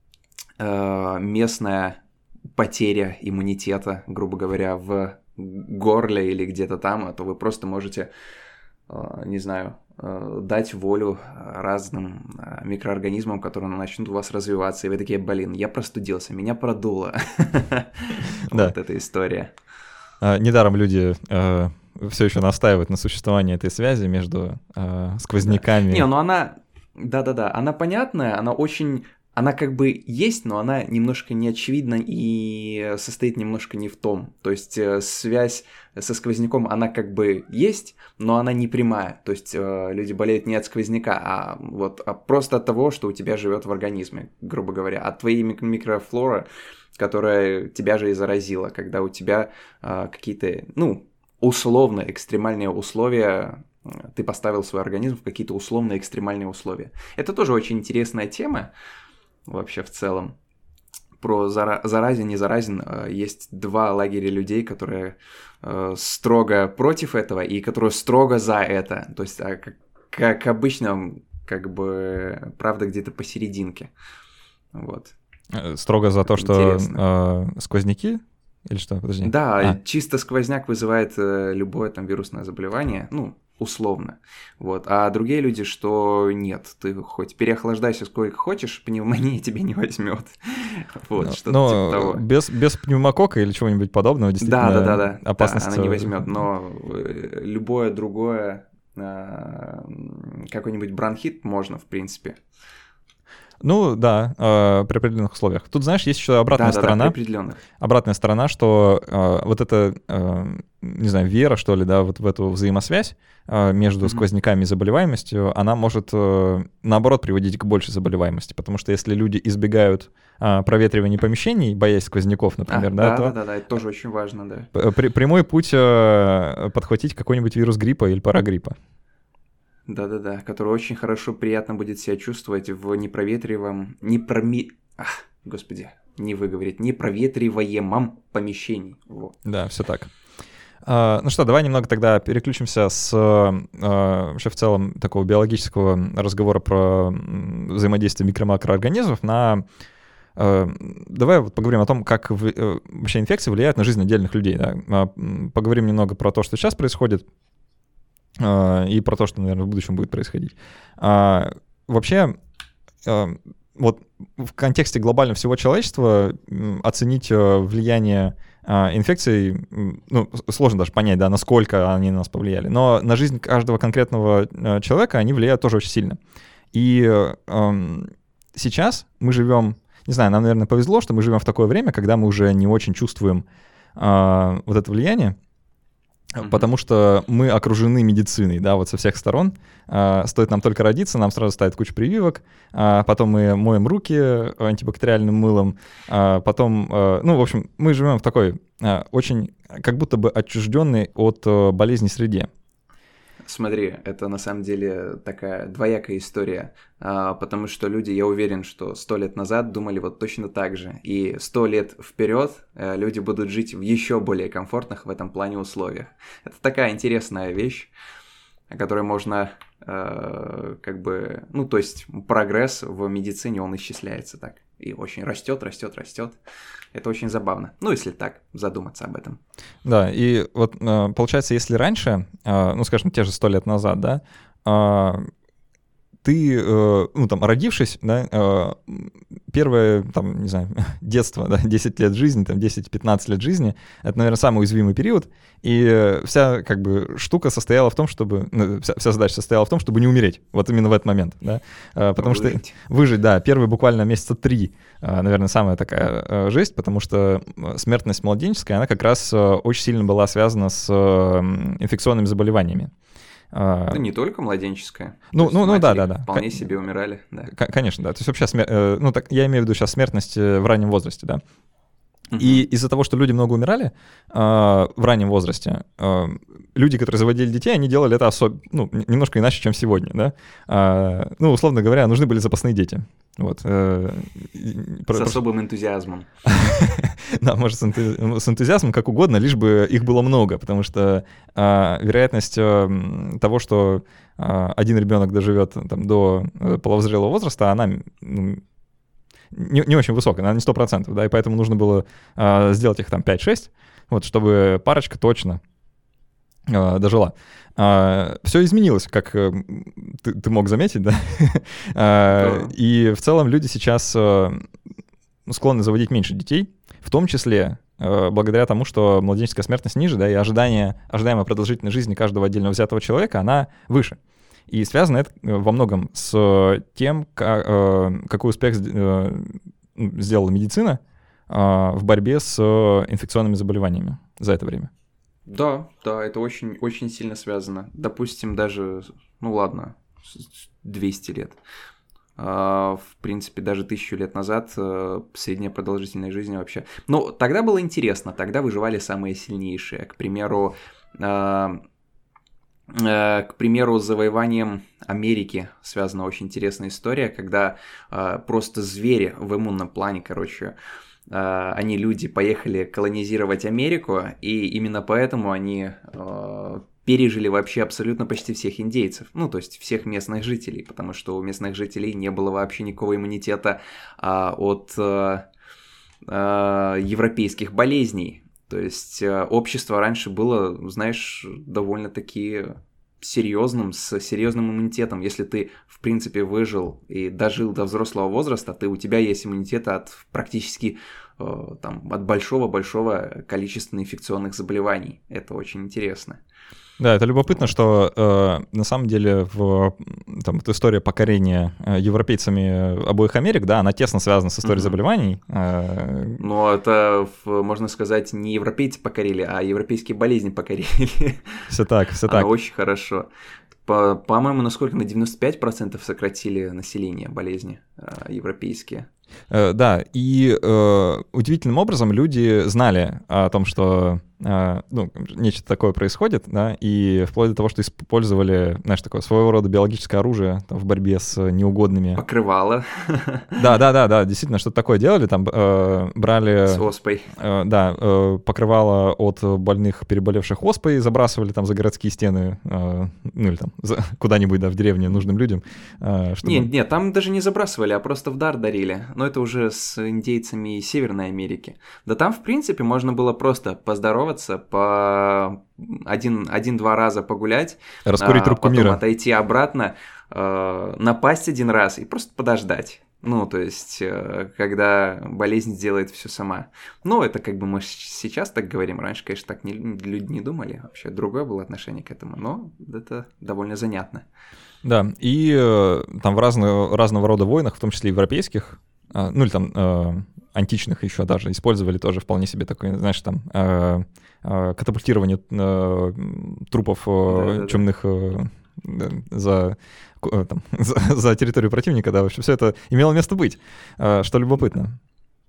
местная потеря иммунитета, грубо говоря, в горле или где-то там, то вы просто можете, не знаю, дать волю разным микроорганизмам, которые начнут у вас развиваться, и вы такие, блин, я простудился, меня продуло. Вот эта история. Недаром люди... все еще настаивает на существовании этой связи между э, сквозняками. Да. Не, ну она, да-да-да, она понятная, она очень она как бы есть, но она немножко не очевидна и состоит немножко не в том. То есть э, связь со сквозняком, она как бы есть, но она не прямая. То есть э, люди болеют не от сквозняка, а вот а просто от того, что у тебя живет в организме, грубо говоря, от твоей мик- микрофлоры, которая тебя же и заразила, когда у тебя э, какие-то, ну, условно экстремальные условия, ты поставил свой организм в какие-то условно экстремальные условия. Это тоже очень интересная тема вообще в целом. Про зара- заразен, не заразен. Есть два лагеря людей, которые э, строго против этого и которые строго за это. То есть, а, как, как обычно, как бы, правда где-то посерединке. Вот. Строго за то, что э, сквозняки? Или что? Подожди. Да, а. чисто сквозняк вызывает э, любое там вирусное заболевание, ну, условно. Вот. А другие люди, что нет, ты хоть переохлаждайся сколько хочешь, пневмония тебя не возьмет. Вот, но, что-то но типа того. Без, без пневмокока или чего-нибудь подобного, действительно, да, да, да, да. опасность... Да, она не возьмет, но любое другое, э, какой-нибудь бронхит можно, в принципе. Ну да, э, при определенных условиях. Тут, знаешь, есть еще обратная да, сторона. Да, при определенных. Обратная сторона, что э, вот эта, э, не знаю, вера, что ли, да, вот в эту взаимосвязь э, между mm-hmm. сквозняками и заболеваемостью, она может, э, наоборот, приводить к большей заболеваемости. Потому что если люди избегают э, проветривания помещений, боясь сквозняков, например, а, да, да, то... Да, да, да, это тоже очень важно, да. При, прямой путь э, подхватить какой-нибудь вирус гриппа или парагриппа. Да-да-да, который очень хорошо, приятно будет себя чувствовать в непроветриваемом, непроми... Ах, господи, не выговорить, непроветриваемом помещении. Вот. Да, все так. Uh, ну что, давай немного тогда переключимся с uh, вообще в целом такого биологического разговора про взаимодействие микро-макроорганизмов на... Uh, давай вот поговорим о том, как в, uh, вообще инфекции влияют на жизнь отдельных людей. Да? Uh, поговорим немного про то, что сейчас происходит, и про то, что, наверное, в будущем будет происходить. А, вообще, а, вот в контексте глобально всего человечества оценить влияние а, инфекций, ну, сложно даже понять, да, насколько они на нас повлияли, но на жизнь каждого конкретного человека они влияют тоже очень сильно. И а, сейчас мы живем, не знаю, нам, наверное, повезло, что мы живем в такое время, когда мы уже не очень чувствуем а, вот это влияние, Mm-hmm. потому что мы окружены медициной, да, вот со всех сторон. А, стоит нам только родиться, нам сразу ставят кучу прививок, а потом мы моем руки антибактериальным мылом, а потом, а, ну, в общем, мы живем в такой а, очень как будто бы отчужденной от а, болезней среде. Смотри, это на самом деле такая двоякая история, а, потому что люди, я уверен, что сто лет назад думали вот точно так же, и сто лет вперед а, люди будут жить в еще более комфортных в этом плане условиях. Это такая интересная вещь, о которой можно а, как бы, ну то есть прогресс в медицине, он исчисляется так, и очень растет, растет, растет. Это очень забавно. Ну, если так, задуматься об этом. Да, и вот получается, если раньше, ну, скажем, те же сто лет назад, да, ты, ну, там, родившись, да, первое, там, не знаю, детство, да, десять лет жизни, там, десять-пятнадцать лет жизни, это, наверное, самый уязвимый период, и вся, как бы, штука состояла в том, чтобы, ну, вся, вся задача состояла в том, чтобы не умереть, вот именно в этот момент, да, потому выжить. что выжить, да, первые буквально месяца три, наверное, самая такая жесть, потому что смертность младенческая, она как раз очень сильно была связана с инфекционными заболеваниями. Ну, не только младенческая. Ну, ну, ну да, да, да. Вполне себе умирали, да. Конечно, да. То есть вообще, смер... ну, так, я имею в виду сейчас смертность в раннем возрасте, да. Uh-huh. И из-за того, что люди много умирали э, в раннем возрасте, э, люди, которые заводили детей, они делали это особ... ну, немножко иначе, чем сегодня, да. Э, ну, условно говоря, нужны были запасные дети. Вот. Э, с про... особым энтузиазмом. Да, может, с энтузиазмом, как угодно, лишь бы их было много, потому что вероятность того, что один ребенок доживет там, до половозрелого возраста, она... Не, не очень высокая, она не сто процентов, да, и поэтому нужно было э, сделать их там пять-шесть, вот, чтобы парочка точно э, дожила. Э, все изменилось, как э, ты, ты мог заметить, да, э, и в целом люди сейчас э, склонны заводить меньше детей, в том числе э, благодаря тому, что младенческая смертность ниже, да, и ожидание, ожидаемая продолжительность жизни каждого отдельно взятого человека, она выше. И связано это во многом с тем, какой успех сделала медицина в борьбе с инфекционными заболеваниями за это время. Да, да, это очень, очень сильно связано. Допустим, даже, ну ладно, двести лет. В принципе, даже тысячу лет назад средняя продолжительность жизни вообще... Ну, тогда было интересно, тогда выживали самые сильнейшие. К примеру, к примеру, с завоеванием Америки связана очень интересная история, когда просто звери в иммунном плане, короче, они, люди, поехали колонизировать Америку, и именно поэтому они пережили вообще абсолютно почти всех индейцев, ну, то есть всех местных жителей, потому что у местных жителей не было вообще никакого иммунитета а, от а, а, европейских болезней. То есть а, общество раньше было, знаешь, довольно-таки серьезным, с серьезным иммунитетом. Если ты, в принципе, выжил и дожил до взрослого возраста, ты, у тебя есть иммунитет от практически э, там, от большого-большого количества инфекционных заболеваний. Это очень интересно. Да, это любопытно, что э, на самом деле в, там, эта история покорения э, европейцами обоих Америк, да, она тесно связана с историей mm-hmm. заболеваний. Э... Но это, можно сказать, не европейцы покорили, а европейские болезни покорили. Все так, все так. Очень хорошо. По, по-моему, насколько на девяносто пять процентов сократили население болезни э, европейские. Э, да, и э, удивительным образом люди знали о том, что э, ну, нечто такое происходит, да, и вплоть до того, что использовали, знаешь, такое своего рода биологическое оружие там, в борьбе с неугодными. Покрывало. Да, да, да, да, действительно, что-то такое делали, там э, брали... С оспой. Э, да, э, покрывало от больных, переболевших оспой, забрасывали там за городские стены, э, ну или там за, куда-нибудь, да, в деревне нужным людям. Э, чтобы... Нет, нет, там даже не забрасывали, а просто в дар дарили. Но это уже с индейцами Северной Америки. Да там, в принципе, можно было просто поздороваться, по один, один-два раза погулять, раскурить трубку потом мира, отойти обратно, напасть один раз и просто подождать. Ну, то есть, когда болезнь сделает все сама. Ну, это как бы мы сейчас так говорим. Раньше, конечно, так не, люди не думали. Вообще другое было отношение к этому. Но это довольно занятно. Да, и там в разного, разного рода войнах, в том числе европейских, ну или там э, античных еще даже, использовали тоже вполне себе такое, знаешь, там э, э, катапультирование э, трупов э, да, чумных э, за, э, там, за, за территорию противника, да, в общем, все это имело место быть, э, что любопытно.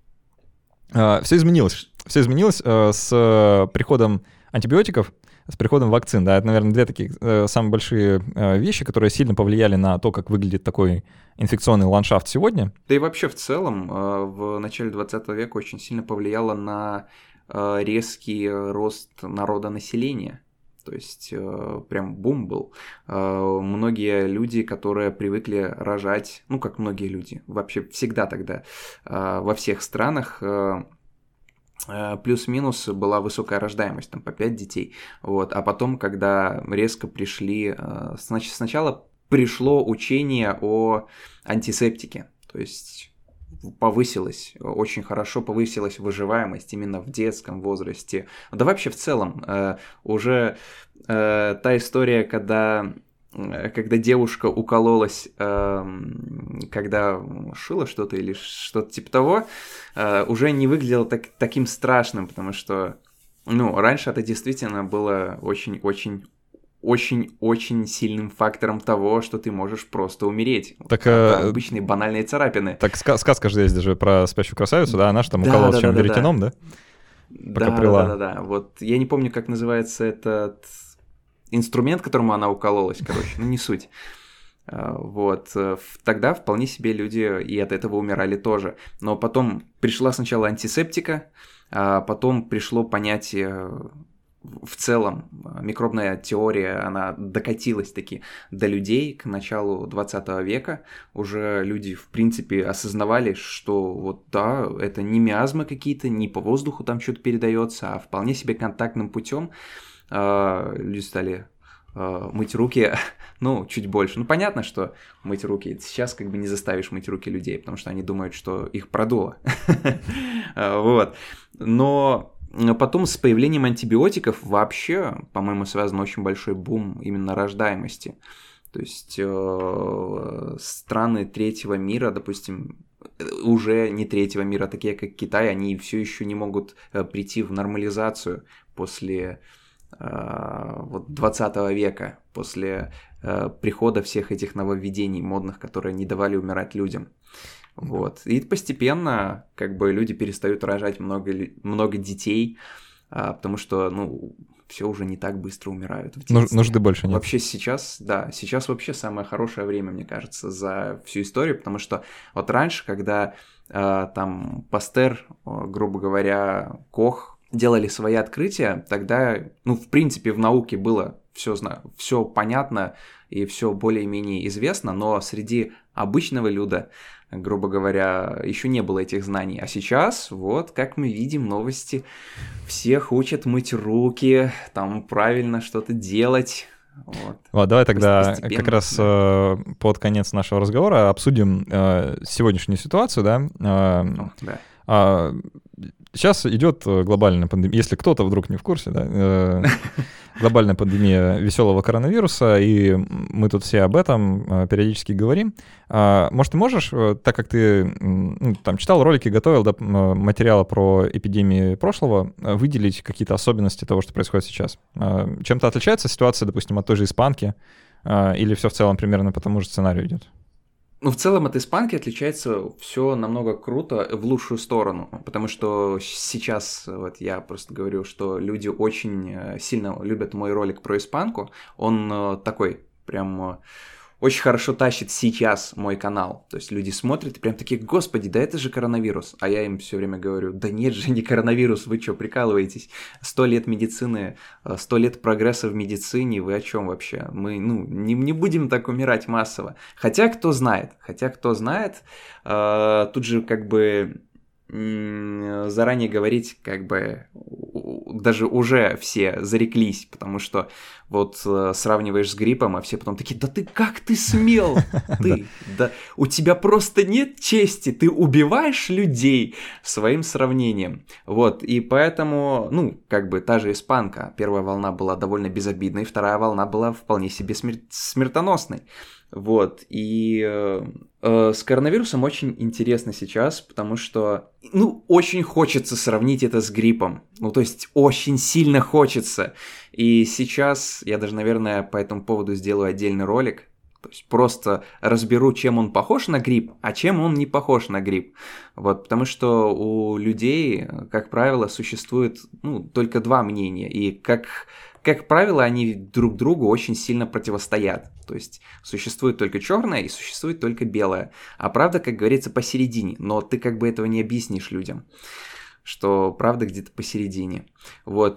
Э, все изменилось, все изменилось э, с приходом антибиотиков, с приходом вакцин, да, это, наверное, две такие э, самые большие э, вещи, которые сильно повлияли на то, как выглядит такой инфекционный ландшафт сегодня. Да и вообще в целом э, в начале двадцатого века очень сильно повлияло на э, резкий рост народонаселения. То есть э, прям бум был. Э, многие люди, которые привыкли рожать, ну как многие люди, вообще всегда тогда э, во всех странах э, плюс-минус была высокая рождаемость, там по пять детей, вот, а потом, когда резко пришли, значит, сначала пришло учение о антисептике, то есть повысилась, очень хорошо повысилась выживаемость именно в детском возрасте, да вообще в целом, уже та история, когда... когда девушка укололась, э, когда шила что-то или что-то типа того, э, уже не выглядело так, таким страшным, потому что, ну, раньше это действительно было очень-очень-очень-очень сильным фактором того, что ты можешь просто умереть. Так, это обычные банальные царапины. Так сказка же есть даже про спящую красавицу, да, она же там укололась да, чем да, веретеном, да? Да, да, да, да, да. Вот я не помню, как называется этот... инструмент, которому она укололась, короче, ну не суть. Вот. Тогда вполне себе люди и от этого умирали тоже. Но потом пришла сначала антисептика, а потом пришло понятие в целом, микробная теория, она докатилась таки до людей к началу двадцатого века. Уже люди, в принципе, осознавали, что вот да, это не миазмы какие-то, не по воздуху там что-то передается, а вполне себе контактным путем. Люди стали э, мыть руки, ну, чуть больше. Ну, понятно, что мыть руки сейчас как бы не заставишь мыть руки людей, потому что они думают, что их продуло. Вот. Но потом с появлением антибиотиков вообще, по-моему, связан очень большой бум именно рождаемости. То есть э, страны третьего мира, допустим, уже не третьего мира, такие как Китай, они все еще не могут э, прийти в нормализацию после э, вот, двадцатого века, после э, прихода всех этих нововведений модных, которые не давали умирать людям. Вот. И постепенно как бы люди перестают рожать много, много детей, а, потому что, ну, все уже не так быстро умирают в детстве. Нужды больше нет. Вообще сейчас, да, сейчас вообще самое хорошее время, мне кажется, за всю историю, потому что вот раньше, когда а, там Пастер, грубо говоря, Кох делали свои открытия, тогда, ну, в принципе, в науке было все, все понятно и все более-менее известно, но среди обычного люда, грубо говоря, еще не было этих знаний. А сейчас, вот, как мы видим, новости, всех учат мыть руки, там правильно что-то делать. Вот, вот давай тогда как раз да. э, под конец нашего разговора обсудим э, сегодняшнюю ситуацию, да? Э, О, да. Э, сейчас идет глобальная пандемия, если кто-то вдруг не в курсе, да, э, глобальная пандемия веселого коронавируса, и мы тут все об этом э, периодически говорим. А, может, ты можешь, э, так как ты ну, там читал ролики, готовил да, материалы про эпидемии прошлого, э, выделить какие-то особенности того, что происходит сейчас? Э, чем-то отличается ситуация, допустим, от той же испанки, э, или все в целом примерно по тому же сценарию идет? Ну, в целом от испанки отличается все намного круто в лучшую сторону, потому что сейчас, вот я просто говорю, что люди очень сильно любят мой ролик про испанку, он такой прям очень хорошо тащит сейчас мой канал, то есть люди смотрят и прям такие: господи, да это же коронавирус, а я им все время говорю: да нет же, не коронавирус, вы что, прикалываетесь, сто лет медицины, сто лет прогресса в медицине, вы о чем вообще, мы, ну, не, не будем так умирать массово, хотя кто знает, хотя кто знает, э, тут же как бы заранее говорить, как бы даже уже все зареклись, потому что вот сравниваешь с гриппом, а все потом такие: да ты как ты смел? Ты, да у тебя просто нет чести, ты убиваешь людей своим сравнением. Вот, и поэтому, ну, как бы та же испанка, первая волна была довольно безобидной, вторая волна была вполне себе смер- смертоносной. Вот, и э, э, с коронавирусом очень интересно сейчас, потому что, ну, очень хочется сравнить это с гриппом, ну, то есть очень сильно хочется, и сейчас я даже, наверное, по этому поводу сделаю отдельный ролик, то есть просто разберу, чем он похож на грипп, а чем он не похож на грипп, вот, потому что у людей, как правило, существует, ну, только два мнения, и как... Как правило, они друг другу очень сильно противостоят. То есть существует только черное и существует только белое. А правда, как говорится, посередине. Но ты как бы этого не объяснишь людям, что правда где-то посередине. Вот.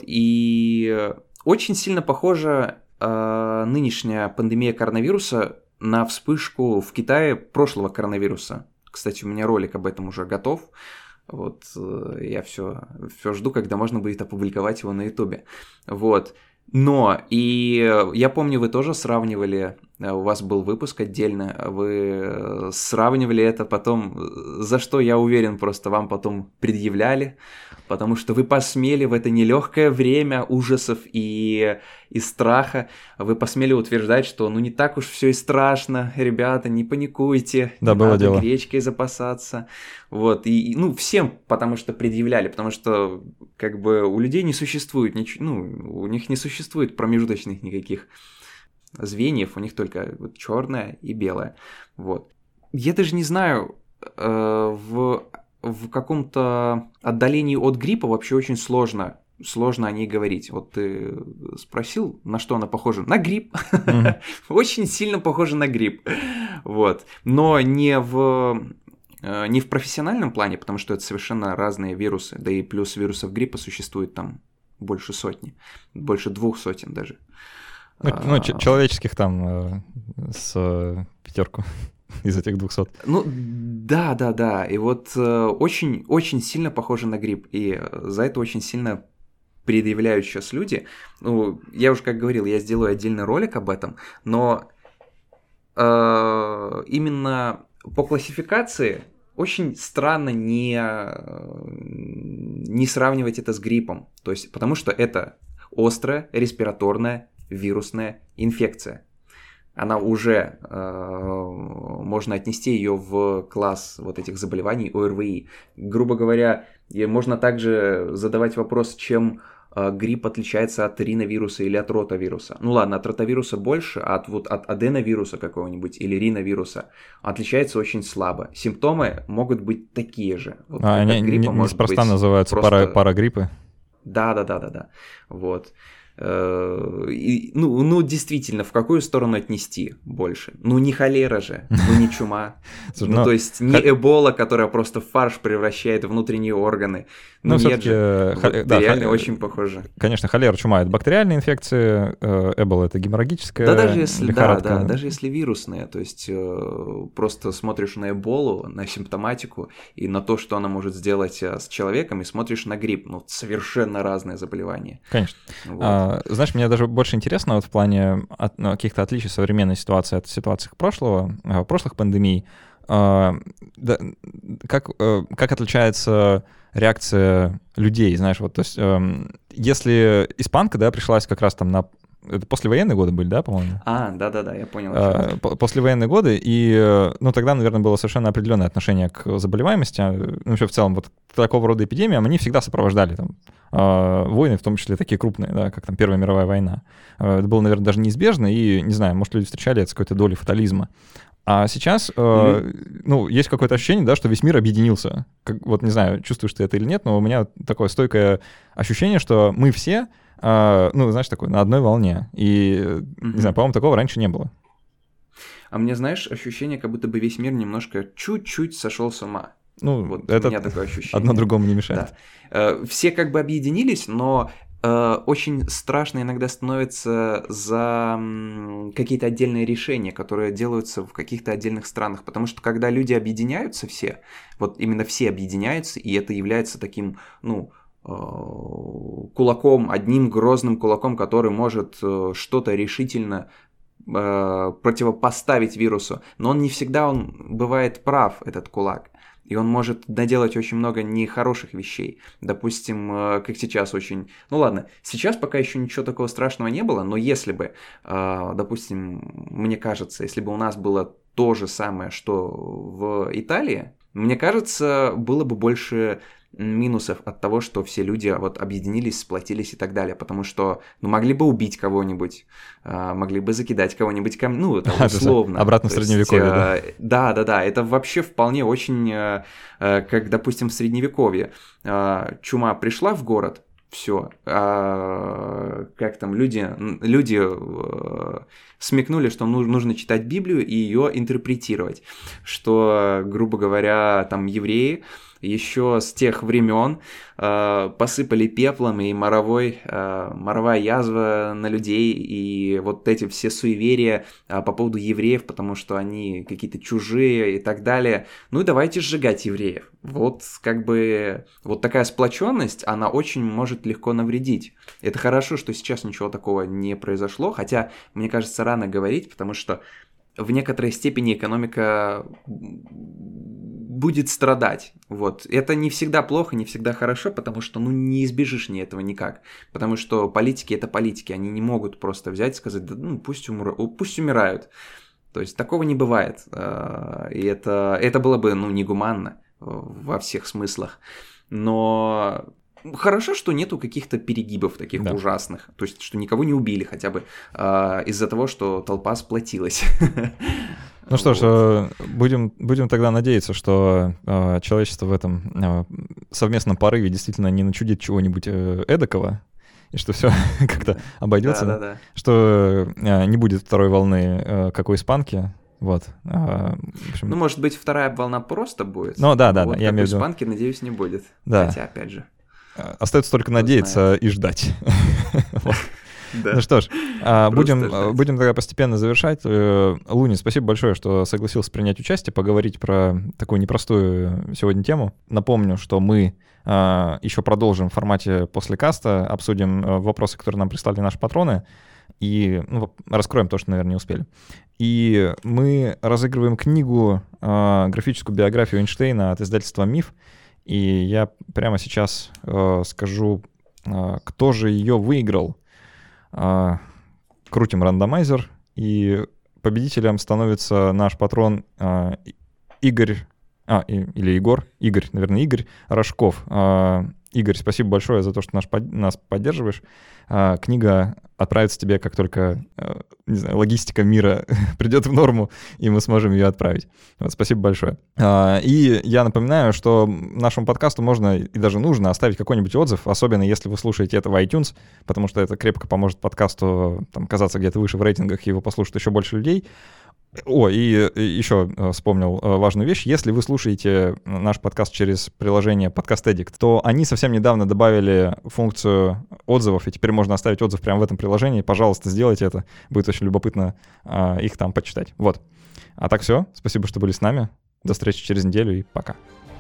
И очень сильно похожа э, нынешняя пандемия коронавируса на вспышку в Китае прошлого коронавируса. Кстати, у меня ролик об этом уже готов. Вот, я все, все жду, когда можно будет опубликовать его на Ютубе. Вот. Но, и я помню, вы тоже сравнивали, у вас был выпуск отдельно, вы сравнивали это потом, за что, я уверен, просто вам потом предъявляли, потому что вы посмели в это нелегкое время ужасов и, и страха, вы посмели утверждать, что ну не так уж все и страшно, ребята, не паникуйте, да, не было надо дело. гречкой запасаться, вот, и, ну, всем потому что предъявляли, потому что, как бы, у людей не существует, ничего, ну, у них не существует промежуточных никаких звеньев, у них только вот черное и белое, вот. Я даже не знаю, э, в... в каком-то отдалении от гриппа вообще очень сложно, сложно о ней говорить. Вот ты спросил, на что она похожа? На грипп. Mm-hmm. Очень сильно похожа на грипп. Вот. Но не в, не в профессиональном плане, потому что это совершенно разные вирусы. Да и плюс вирусов гриппа существует там больше сотни. Больше двух сотен даже. Ну, а, ну ч- человеческих там э, с э, пятерку. Из этих двухсот. Ну, да, да, да. И вот э, очень, очень сильно похоже на грипп. И за это очень сильно предъявляют сейчас люди. Ну, я уже как говорил, я сделаю отдельный ролик об этом, но э, именно по классификации очень странно не, не сравнивать это с гриппом. То есть, потому что это острая респираторная вирусная инфекция. она уже, э, можно отнести ее в класс вот этих заболеваний О Эр Ви. Грубо говоря, можно также задавать вопрос, чем э, грипп отличается от риновируса или от ротавируса. Ну ладно, от ротавируса больше, а от, вот, от аденовируса какого-нибудь или риновируса отличается очень слабо. Симптомы могут быть такие же. Вот, а, они не, неспроста называются просто... пара, парагриппы. Да-да-да-да-да. Вот. И, ну, ну, действительно, в какую сторону отнести больше? Ну, не холера же, ну, не чума. Слушай, ну, но... то есть, не эбола, которая просто в фарш превращает внутренние органы. Ну, ну нет же. Х... Вот, да, реально х... очень похоже. Конечно, холера, чума — это бактериальные инфекции, эбола — это геморрагическая да, даже если, лихорадка. Да, да, даже если вирусные, то есть, просто смотришь на эболу, на симптоматику и на то, что она может сделать с человеком, и смотришь на грипп. Ну, совершенно разные заболевания. Конечно. Вот. А, знаешь, мне даже больше интересно вот в плане от, ну, каких-то отличий современной ситуации от ситуации прошлого, прошлых пандемий. А, да, как, как отличается реакция людей, знаешь, вот, то есть, если испанка, да, пришлась как раз там на... Это послевоенные годы были, да, по-моему? А, да-да-да, я понял. А, послевоенные годы, и, ну, тогда, наверное, было совершенно определенное отношение к заболеваемости, ну, вообще в целом вот такого рода эпидемиям, они всегда сопровождали там войны, в том числе такие крупные, да, как там Первая мировая война. Это было, наверное, даже неизбежно, и, не знаю, может, люди встречали это с какой-то долей фатализма. А сейчас, mm-hmm. ну, есть какое-то ощущение, да, что весь мир объединился. Как, вот, не знаю, чувствуешь ты это или нет, но у меня такое стойкое ощущение, что мы все, ну, знаешь, такой, на одной волне. И, mm-hmm. не знаю, по-моему, такого раньше не было. А мне, знаешь, ощущение, как будто бы весь мир немножко чуть-чуть сошел с ума. Ну, вот это у меня такое ощущение. Одно другому не мешает. Да. Все как бы объединились, но э, очень страшно иногда становится за какие-то отдельные решения, которые делаются в каких-то отдельных странах. Потому что когда люди объединяются все, вот именно все объединяются, и это является таким, ну, э, кулаком, одним грозным кулаком, который может э, что-то решительно э, противопоставить вирусу. Но он не всегда он бывает прав, этот кулак. И он может наделать очень много нехороших вещей. Допустим, как сейчас очень... Ну ладно, сейчас пока еще ничего такого страшного не было, но если бы, допустим, мне кажется, если бы у нас было то же самое, что в Италии, мне кажется, было бы больше минусов от того, что все люди вот объединились, сплотились и так далее, потому что, ну, могли бы убить кого-нибудь, могли бы закидать кого-нибудь, ком... ну, это условно. Обратно в Средневековье, да? Да, да, да, это вообще вполне очень, как, допустим, в Средневековье. Чума пришла в город, все, как там, люди, люди смекнули, что нужно читать Библию и ее интерпретировать, что, грубо говоря, там евреи еще с тех времен э, посыпали пеплом и моровой, э, моровая язва на людей, и вот эти все суеверия э, по поводу евреев, потому что они какие-то чужие и так далее. Ну и давайте сжигать евреев. Вот как бы вот такая сплоченность, она очень может легко навредить. Это хорошо, что сейчас ничего такого не произошло, хотя, мне кажется, рано говорить, потому что в некоторой степени экономика будет страдать. Вот. Это не всегда плохо, не всегда хорошо, потому что, ну, не избежишь ни этого никак. Потому что политики — это политики, они не могут просто взять и сказать, да, ну, пусть, умр... пусть умирают. То есть такого не бывает. И это, это было бы, ну, негуманно во всех смыслах. Но хорошо, что нету каких-то перегибов таких, да, ужасных. То есть, что никого не убили хотя бы из-за того, что толпа сплотилась. Ну что ж, вот. будем, будем тогда надеяться, что э, человечество в этом э, совместном порыве действительно не начудит чего-нибудь э, эдакого, и что все как-то обойдется, да, да, да. что э, не будет второй волны, э, как у испанки. Вот. А, в общем... Ну, может быть, вторая волна просто будет. Ну да, да, вот да. Я имею в виду... испанки, надеюсь, не будет. Да. Хотя, опять же. Остается только надеяться знает. И ждать. Да. Ну что ж, будем, будем тогда постепенно завершать. Луни, спасибо большое, что согласился принять участие, поговорить про такую непростую сегодня тему. Напомню, что мы еще продолжим в формате после каста, обсудим вопросы, которые нам прислали наши патроны, и ну, раскроем то, что, наверное, не успели. И мы разыгрываем книгу, графическую биографию Эйнштейна от издательства «Миф», и я прямо сейчас скажу, кто же ее выиграл. Крутим рандомайзер, и победителем становится наш патрон э, Игорь, а, и, или Егор, Игорь, наверное, Игорь Рожков. Э, Игорь, спасибо большое за то, что наш, нас поддерживаешь. Э, книга отправится тебе, как только, э, не знаю, логистика мира придет в норму, и мы сможем ее отправить. Вот, спасибо большое. Э, и я напоминаю, что нашему подкасту можно и даже нужно оставить какой-нибудь отзыв, особенно если вы слушаете это в iTunes, потому что это крепко поможет подкасту там, казаться где-то выше в рейтингах, и его послушают еще больше людей. О, и еще вспомнил важную вещь. Если вы слушаете наш подкаст через приложение Podcast Addict, то они совсем недавно добавили функцию отзывов, и теперь можно оставить отзыв прямо в этом приложении. Пожалуйста, сделайте это. Будет очень любопытно а, их там почитать. Вот. А так все. Спасибо, что были с нами. До встречи через неделю и пока.